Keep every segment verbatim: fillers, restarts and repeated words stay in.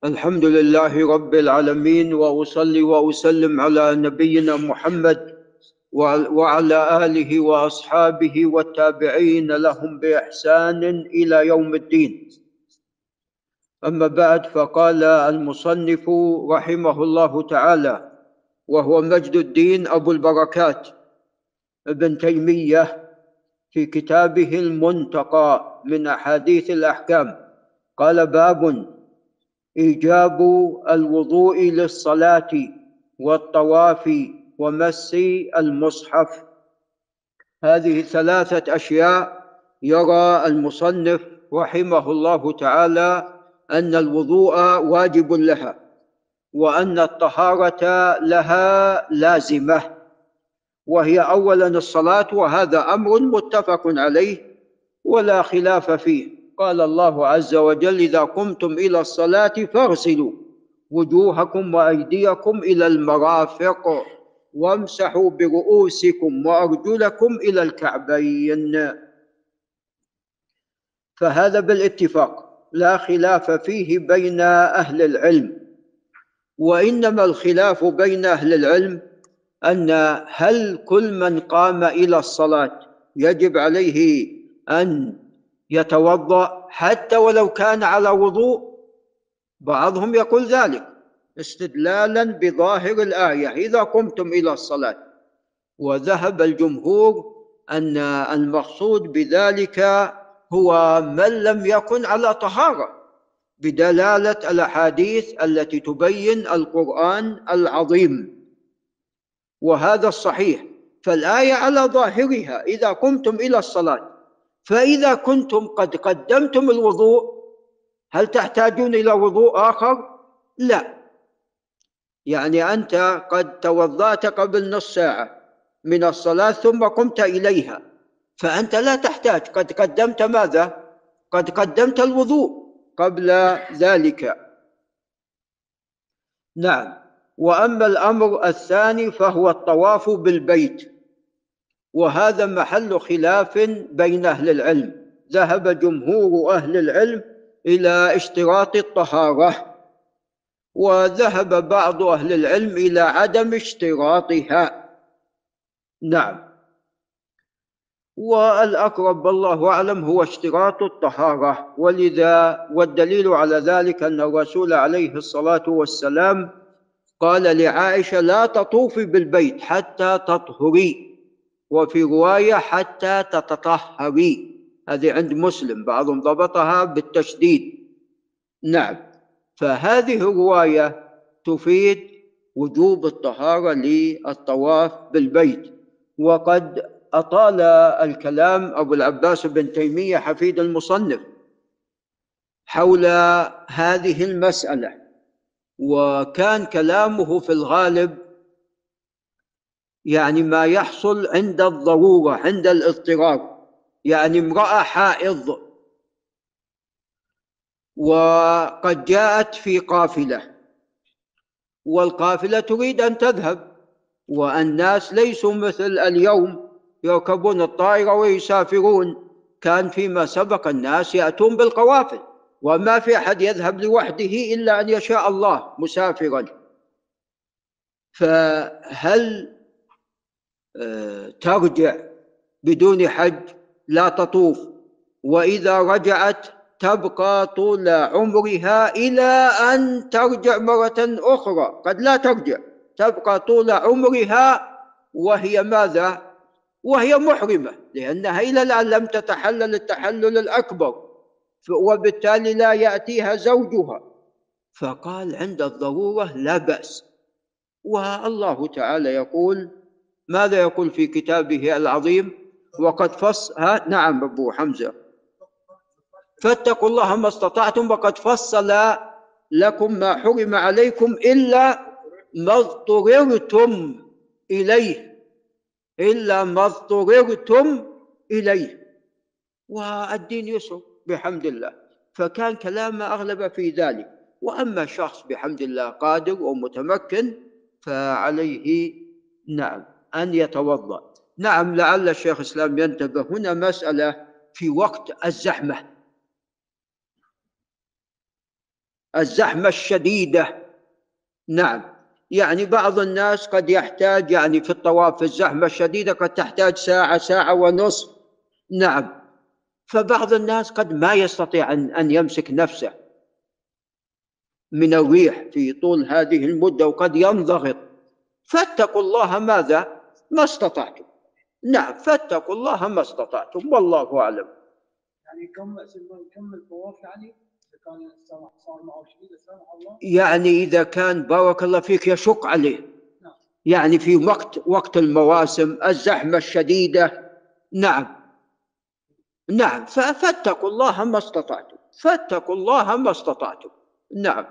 الحمد لله رب العالمين، وأصلي وأسلم على نبينا محمد وعلى آله وأصحابه والتابعين لهم بإحسان إلى يوم الدين. أما بعد، فقال المصنف رحمه الله تعالى، وهو مجد الدين أبو البركات ابن تيمية، في كتابه المنتقى من أحاديث الأحكام، قال: باب إيجاب الوضوء للصلاة والطواف ومس المصحف. هذه ثلاثة أشياء يرى المصنف رحمه الله تعالى أن الوضوء واجب لها، وأن الطهارة لها لازمة، وهي أولا الصلاة، وهذا أمر متفق عليه ولا خلاف فيه. قال الله عز وجل: إذا قمتم إلى الصلاة فاغسلوا وجوهكم وأيديكم إلى المرافق وامسحوا برؤوسكم وأرجلكم إلى الكعبين. فهذا بالاتفاق لا خلاف فيه بين أهل العلم، وإنما الخلاف بين أهل العلم أن هل كل من قام إلى الصلاة يجب عليه أن يتوضأ حتى ولو كان على وضوء؟ بعضهم يقول ذلك استدلالا بظاهر الآية: إذا قمتم إلى الصلاة. وذهب الجمهور أن المقصود بذلك هو من لم يكن على طهارة، بدلالة الأحاديث التي تبين القرآن العظيم، وهذا الصحيح. فالآية على ظاهرها: إذا قمتم إلى الصلاة. فإذا كنتم قد قدمتم الوضوء، هل تحتاجون إلى وضوء آخر؟ لا. يعني أنت قد توضأت قبل نصف ساعة من الصلاة ثم قمت إليها، فأنت لا تحتاج، قد قدمت ماذا؟ قد قدمت الوضوء قبل ذلك. نعم. وأما الأمر الثاني فهو الطواف بالبيت، وهذا محل خلاف بين أهل العلم. ذهب جمهور أهل العلم إلى اشتراط الطهارة، وذهب بعض أهل العلم إلى عدم اشتراطها. نعم. والأقرب والله أعلم هو اشتراط الطهارة، ولذا والدليل على ذلك أن الرسول عليه الصلاة والسلام قال لعائشة: لا تطوفي بالبيت حتى تطهري، وفي رواية: حتى تتطهري. هذه عند مسلم، بعضهم ضبطها بالتشديد. نعم. فهذه الرواية تفيد وجوب الطهارة للطواف بالبيت. وقد أطال الكلام أبو العباس بن تيمية حفيد المصنف حول هذه المسألة، وكان كلامه في الغالب يعني ما يحصل عند الضرورة، عند الاضطرار. يعني امرأة حائض وقد جاءت في قافلة، والقافلة تريد أن تذهب، والناس ليسوا مثل اليوم يركبون الطائرة ويسافرون. كان فيما سبق الناس يأتون بالقوافل، وما في أحد يذهب لوحده إلا أن يشاء الله مسافرا. فهل ترجع بدون حج؟ لا تطوف. وإذا رجعت تبقى طول عمرها إلى أن ترجع مرة أخرى، قد لا ترجع، تبقى طول عمرها وهي ماذا؟ وهي محرمة، لأنها إلى الآن لم تتحلل التحلل الأكبر، وبالتالي لا يأتيها زوجها. فقال عند الضرورة لا بأس. والله تعالى يقول، ماذا يقول في كتابه العظيم؟ وقد فصل ها نعم أبو حمزة: فاتقوا الله ما استطعتم وقد فصل لكم ما حرم عليكم إلا ما اضطررتم إليه، إلا ما اضطررتم إليه. والدين يسر بحمد الله. فكان كلام أغلب في ذلك. وأما شخص بحمد الله قادر ومتمكن فعليه نعم أن يتوضأ. نعم. لعل الشيخ الإسلام ينتبه هنا مسألة في وقت الزحمة. الزحمة الشديدة. نعم، يعني بعض الناس قد يحتاج يعني في الطواف في الزحمة الشديدة قد تحتاج ساعة، ساعة ونصف. نعم، فبعض الناس قد ما يستطيع أن أن يمسك نفسه من الريح في طول هذه المدة وقد ينضغط. فاتقوا الله ماذا؟ ما استطعتم. نعم، فاتقوا الله ما استطعتم، والله أعلم. يعني كم كم الطواف يعني إذا كان صار معه شديد سامح الله؟ يعني إذا كان بارك الله فيك يشق عليه، نعم. يعني في وقت وقت المواسم الزحمة الشديدة. نعم نعم، فاتقوا الله ما استطعتم، فاتقوا الله ما استطعتم. نعم.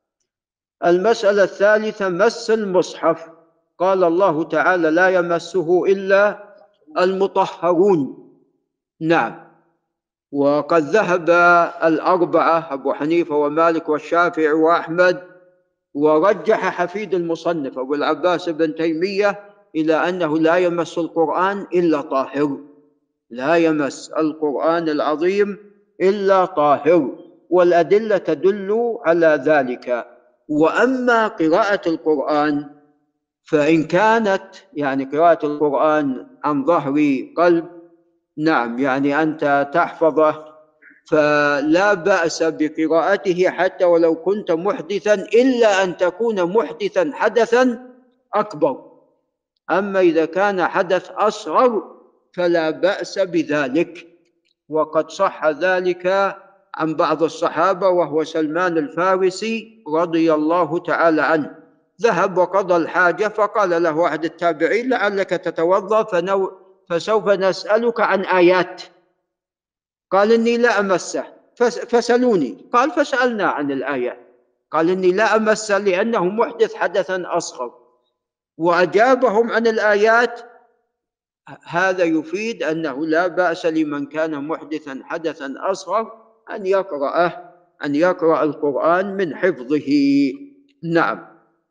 المسألة الثالثة مس المصحف. قال الله تعالى: لا يمسه إلا المطهرون. نعم، وقد ذهب الأربعة أبو حنيفة ومالك والشافعي وأحمد، ورجح حفيد المصنف أبو العباس بن تيمية إلى أنه لا يمس القرآن إلا طاهر، لا يمس القرآن العظيم إلا طاهر، والأدلة تدل على ذلك. وأما قراءة القرآن فإن كانت يعني قراءة القرآن عن ظهر قلب، نعم، يعني أنت تحفظه، فلا بأس بقراءته حتى ولو كنت محدثا، إلا أن تكون محدثا حدثا أكبر. أما إذا كان حدث أصغر فلا بأس بذلك، وقد صح ذلك عن بعض الصحابة وهو سلمان الفارسي رضي الله تعالى عنه. ذهب وقضى الحاجة فقال له أحد التابعين: لعلك تتوضأ فنو فسوف نسألك عن آيات. قال: إني لا أمسه. فسألوني. قال: فسألنا عن الآيات. قال: إني لا أمسه لأنه محدث حدثا أصغر. وأجابهم عن الآيات. هذا يفيد أنه لا بأس لمن كان محدثا حدثا أصغر أن يقرأه أن يقرأ القرآن من حفظه. نعم.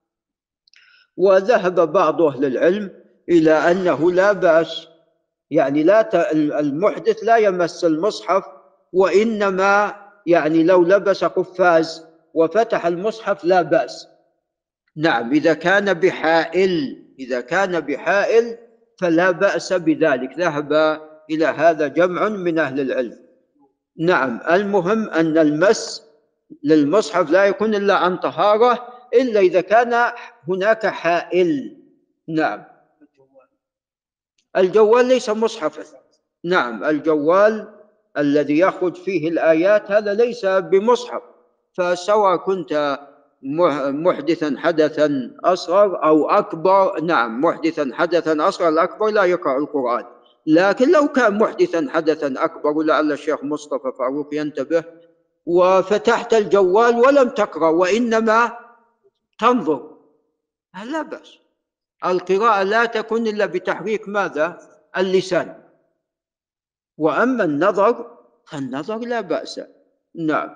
وذهب بعض أهل العلم إلى أنه لا بأس، يعني لا المحدث لا يمس المصحف، وإنما يعني لو لبس قفاز وفتح المصحف لا بأس. نعم، إذا كان بحائل إذا كان بحائل فلا بأس بذلك. ذهب إلى هذا جمع من أهل العلم. نعم، المهم أن المس للمصحف لا يكون إلا عن طهارة، إلا إذا كان هناك حائل. نعم. الجوال ليس مصحفا. نعم، الجوال الذي يخرج فيه الآيات هذا ليس بمصحف. فسواء كنت محدثا حدثا أصغر أو أكبر، نعم، محدثا حدثا أصغر، الأكبر لا يقرأ القرآن. لكن لو كان محدثا حدثا أكبر، ولعل الشيخ مصطفى فاروق ينتبه، وفتحت الجوال ولم تقرأ وإنما تنظر، لا بأس. القراءة لا تكون إلا بتحريك ماذا؟ اللسان. وأما النظر فالنظر لا بأس. نعم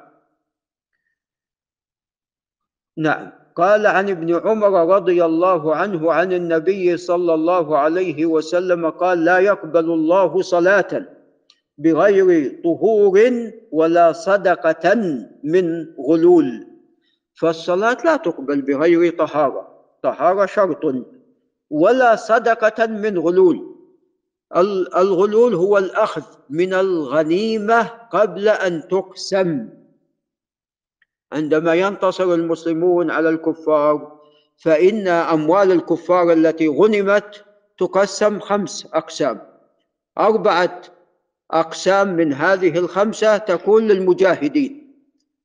نعم. قال عن ابن عمر رضي الله عنه عن النبي صلى الله عليه وسلم قال: لا يقبل الله صلاة بغير طهور ولا صدقة من غلول. فالصلاة لا تقبل بغير طهارة، طهارة شرط، ولا صدقة من غلول. الغلول هو الأخذ من الغنيمة قبل أن تقسم. عندما ينتصر المسلمون على الكفار فإن أموال الكفار التي غنمت تقسم خمس أقسام. أربعة أقسام من هذه الخمسة تكون للمجاهدين.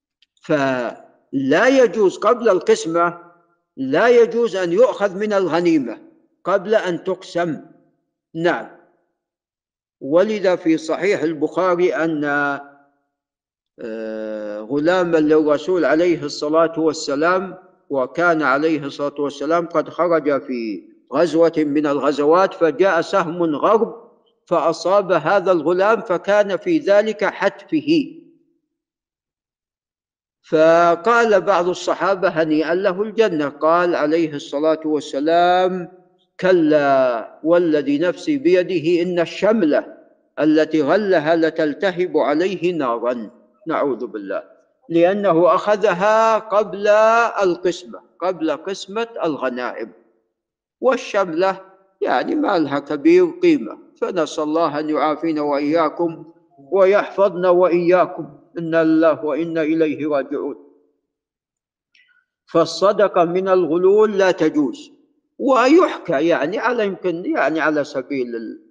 فلا يجوز قبل القسمة لا يجوز أن يؤخذ من الغنيمة قبل أن تقسم. نعم. ولذا في صحيح البخاري أن غلاما للرسول عليه الصلاة والسلام، وكان عليه الصلاة والسلام قد خرج في غزوة من الغزوات، فجاء سهم غرب فأصاب هذا الغلام، فكان في ذلك حتفه. فقال بعض الصحابة: هنيئا له الجنة. قال عليه الصلاة والسلام: كلا والذي نفسي بيده إن الشملة التي غلها لتلتهب عليه نارا. نعوذ بالله. لأنه أخذها قبل القسمة، قبل قسمة الغنائم، والشملة يعني ما لها كبير قيمة. فنسأل الله أن يعافينا وإياكم ويحفظنا وإياكم، إنا لله وإنا إليه راجعون. فالصدقة من الغلول لا تجوز. ويحكى يعني على يمكن يعني على سبيل ال...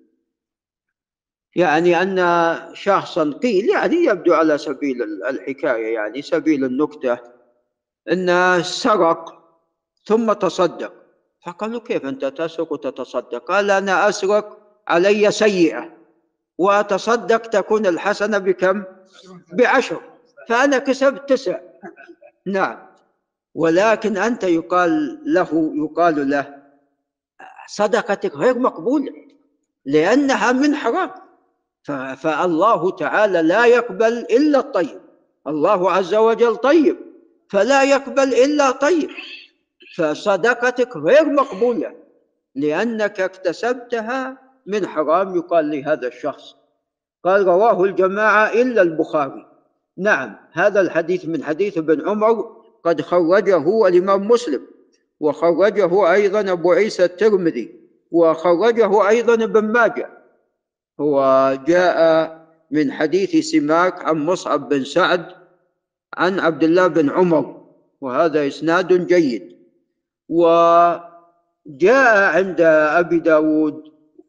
يعني أن شخصا قيل يعني يبدو على سبيل الحكاية، يعني سبيل النكتة، أن سرق ثم تصدق، فقالوا كيف أنت تسرق وتتصدق؟ قال أنا أسرق علي سيئة وأتصدق تكون الحسنة بكم؟ بعشر، فأنا كسبت تسع. نعم. ولكن أنت يقال له يقال له صدقتك غير مقبولة لأنها من حرام، فالله تعالى لا يقبل إلا الطيب، الله عز وجل طيب فلا يقبل إلا طيب، فصدقتك غير مقبولة لأنك اكتسبتها من حرام. يقال لهذا الشخص. قال رواه الجماعة إلا البخاري. نعم، هذا الحديث من حديث ابن عمر قد خرجه الإمام مسلم، وخرجه أيضا أبو عيسى الترمذي، وخرجه أيضا ابن ماجه. هو جاء من حديث سماك عن مصعب بن سعد عن عبد الله بن عمر، وهذا إسناد جيد. وجاء عند أبي داود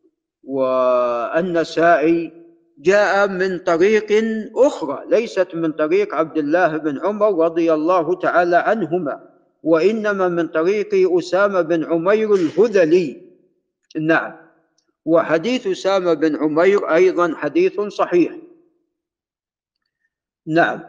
والنسائي جاء من طريق أخرى ليست من طريق عبد الله بن عمر رضي الله تعالى عنهما، وإنما من طريق أسامة بن عمير الهذلي. نعم. وحديث أسامة بن عمير أيضا حديث صحيح. نعم.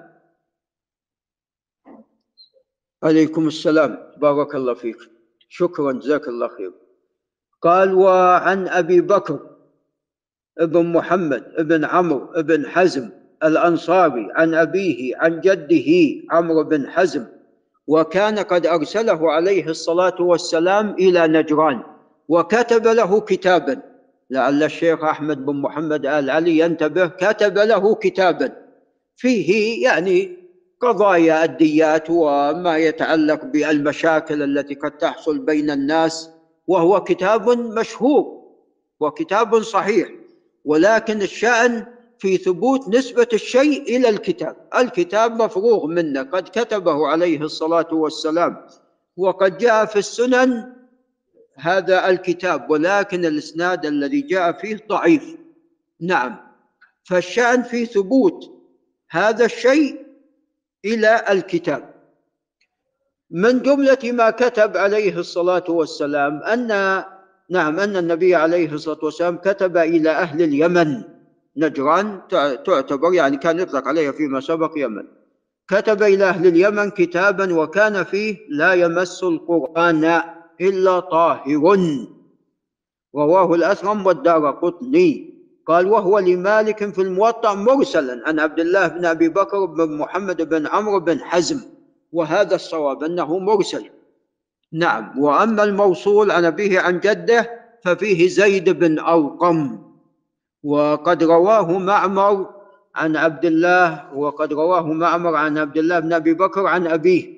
عليكم السلام، بارك الله فيك، شكرا، جزاك الله خير. قال وعن أبي بكر ابن محمد ابن عمرو ابن حزم الأنصاري عن أبيه عن جده عمرو بن حزم، وكان قد أرسله عليه الصلاة والسلام إلى نجران وكتب له كتابا، لعل الشيخ أحمد بن محمد آل علي ينتبه، كتب له كتابا فيه يعني قضايا الديات وما يتعلق بالمشاكل التي قد تحصل بين الناس، وهو كتاب مشهور وكتاب صحيح، ولكن الشأن في ثبوت نسبة الشيء إلى الكتاب. الكتاب مفروغ منه، قد كتبه عليه الصلاة والسلام، وقد جاء في السنن هذا الكتاب، ولكن الإسناد الذي جاء فيه ضعيف. نعم. فالشأن في ثبوت هذا الشيء إلى الكتاب. من جملة ما كتب عليه الصلاة والسلام أن نعم أن النبي عليه الصلاة والسلام كتب إلى أهل اليمن، نجران تعتبر يعني كان يطلق عليها فيما سبق يمن، كتب إلى أهل اليمن كتابا وكان فيه لا يمس القرآن إلا طاهر، رواه الأثرم والدارقطني. قال وهو لمالك في الموطأ مرسلا عن عبد الله بن أبي بكر بن محمد بن عمرو بن حزم، وهذا الصواب أنه مرسل. نعم. وأما الموصول عن أبيه عن جده ففيه زيد بن أرقم، وقد رواه معمر عن عبد الله وقد رواه معمر عن عبد الله بن أبي بكر عن أبيه.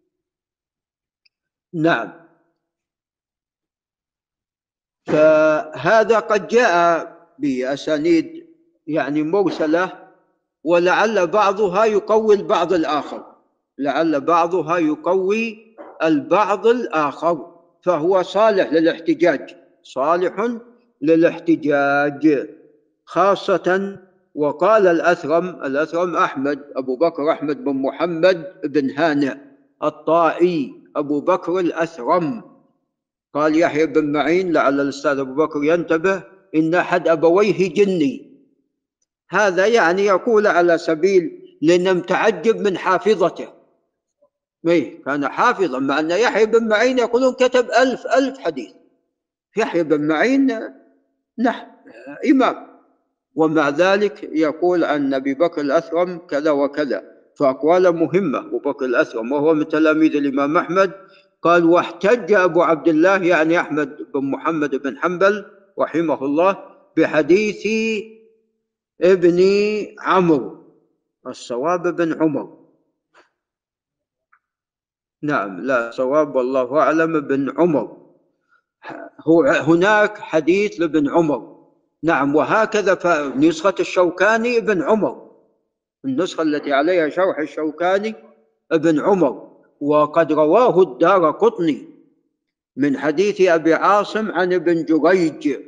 نعم. فهذا قد جاء بأسانيد يعني مرسلة، ولعل بعضها يقوي البعض الآخر، لعل بعضها يقوي البعض الآخر، فهو صالح للاحتجاج، صالح للاحتجاج خاصة. وقال الأثرم الأثرم أحمد أبو بكر أحمد بن محمد بن هانئ الطائي أبو بكر الأثرم، قال يحيى بن معين لعل الأستاذ أبو بكر ينتبه إن أحد أبويه جني، هذا يعني يقول على سبيل لأنه متعجب من حافظته، إيه كان حافظا، مع أن يحيى بن معين يقولون كتب ألف ألف حديث، يحيى بن معين نحن إمام، ومع ذلك يقول عن أبي بكر الأثرم كذا وكذا، فأقواله مهمة. أبو بكر الأثرم وهو من تلاميذ الإمام أحمد. قال واحتج أبو عبد الله يعني أحمد بن محمد بن حنبل رحمه الله بحديث ابن عمرو، الصواب بن عمر، نعم، لا، صواب والله أعلم بن عمر. هو هناك حديث لابن عمر. نعم، وهكذا فنسخة الشوكاني ابن عمر، النسخة التي عليها شرح الشوكاني ابن عمر. وقد رواه الدارقطني من حديث أبي عاصم عن ابن جريج،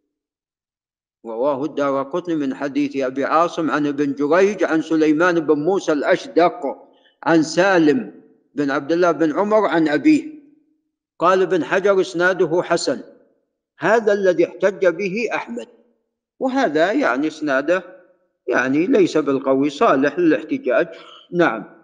رواه الدارقطني من حديث أبي عاصم عن ابن جريج عن سليمان بن موسى الأشدق عن سالم بن عبد الله بن عمر عن أبيه. قال ابن حجر إسناده حسن، هذا الذي احتج به أحمد، وهذا يعني إسناده يعني ليس بالقوي، صالح للاحتجاج. نعم.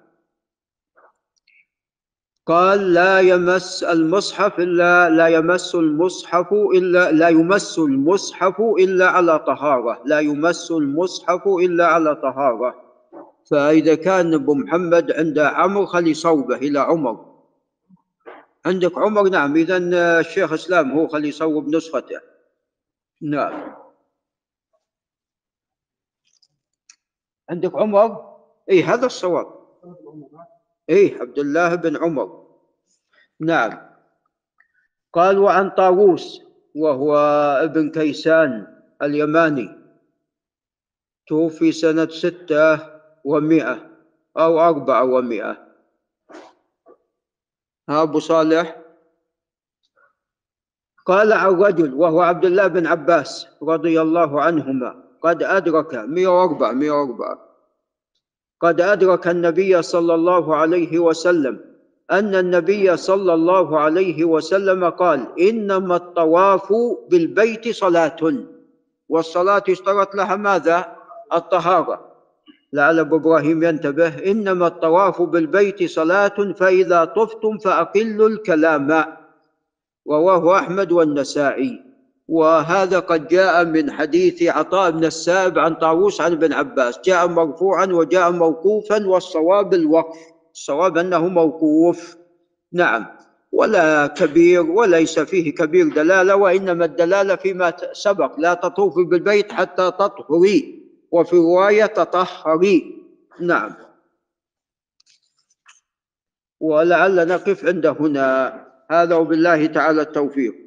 قال لا يمس المصحف إلا لا يمس المصحف إلا لا يمس المصحف إلا على طهارة، لا يمس المصحف إلا على طهارة. فإذا كان أبو محمد عند عمرو خلي صوبه إلى عمر. عندك عمر؟ نعم، إذن الشيخ إسلام هو خلي يصوب نسخته. نعم. عندك عمر؟ إي هذا الصواب. إي عبد الله بن عمر. نعم. قال وعن طاووس وهو ابن كيسان اليماني، توفي سنة ستة ومائة أو أربعة ومائة. ها أبو صالح. قال عن رجل وهو عبد الله بن عباس رضي الله عنهما قد أدرك مئة وأربعة مئة وأربعة قد أدرك النبي صلى الله عليه وسلم أن النبي صلى الله عليه وسلم قال إنما الطواف بالبيت صلاة، والصلاة يشترط لها ماذا؟ الطهارة. لعل أبو إبراهيم ينتبه، إنما الطواف بالبيت صلاة فإذا طفتم فأقلوا الكلام. رواه أحمد والنسائي. وهذا قد جاء من حديث عطاء بن السائب عن طاووس عن ابن عباس، جاء مرفوعا وجاء موقوفا، والصواب الوقف، الصواب أنه موقوف. نعم. ولا كبير وليس فيه كبير دلالة، وإنما الدلالة فيما سبق، لا تطوفي بالبيت حتى تطهري، وفي رواية تطهري. نعم. ولعل نقف عند هنا، هذا وبالله تعالى التوفيق.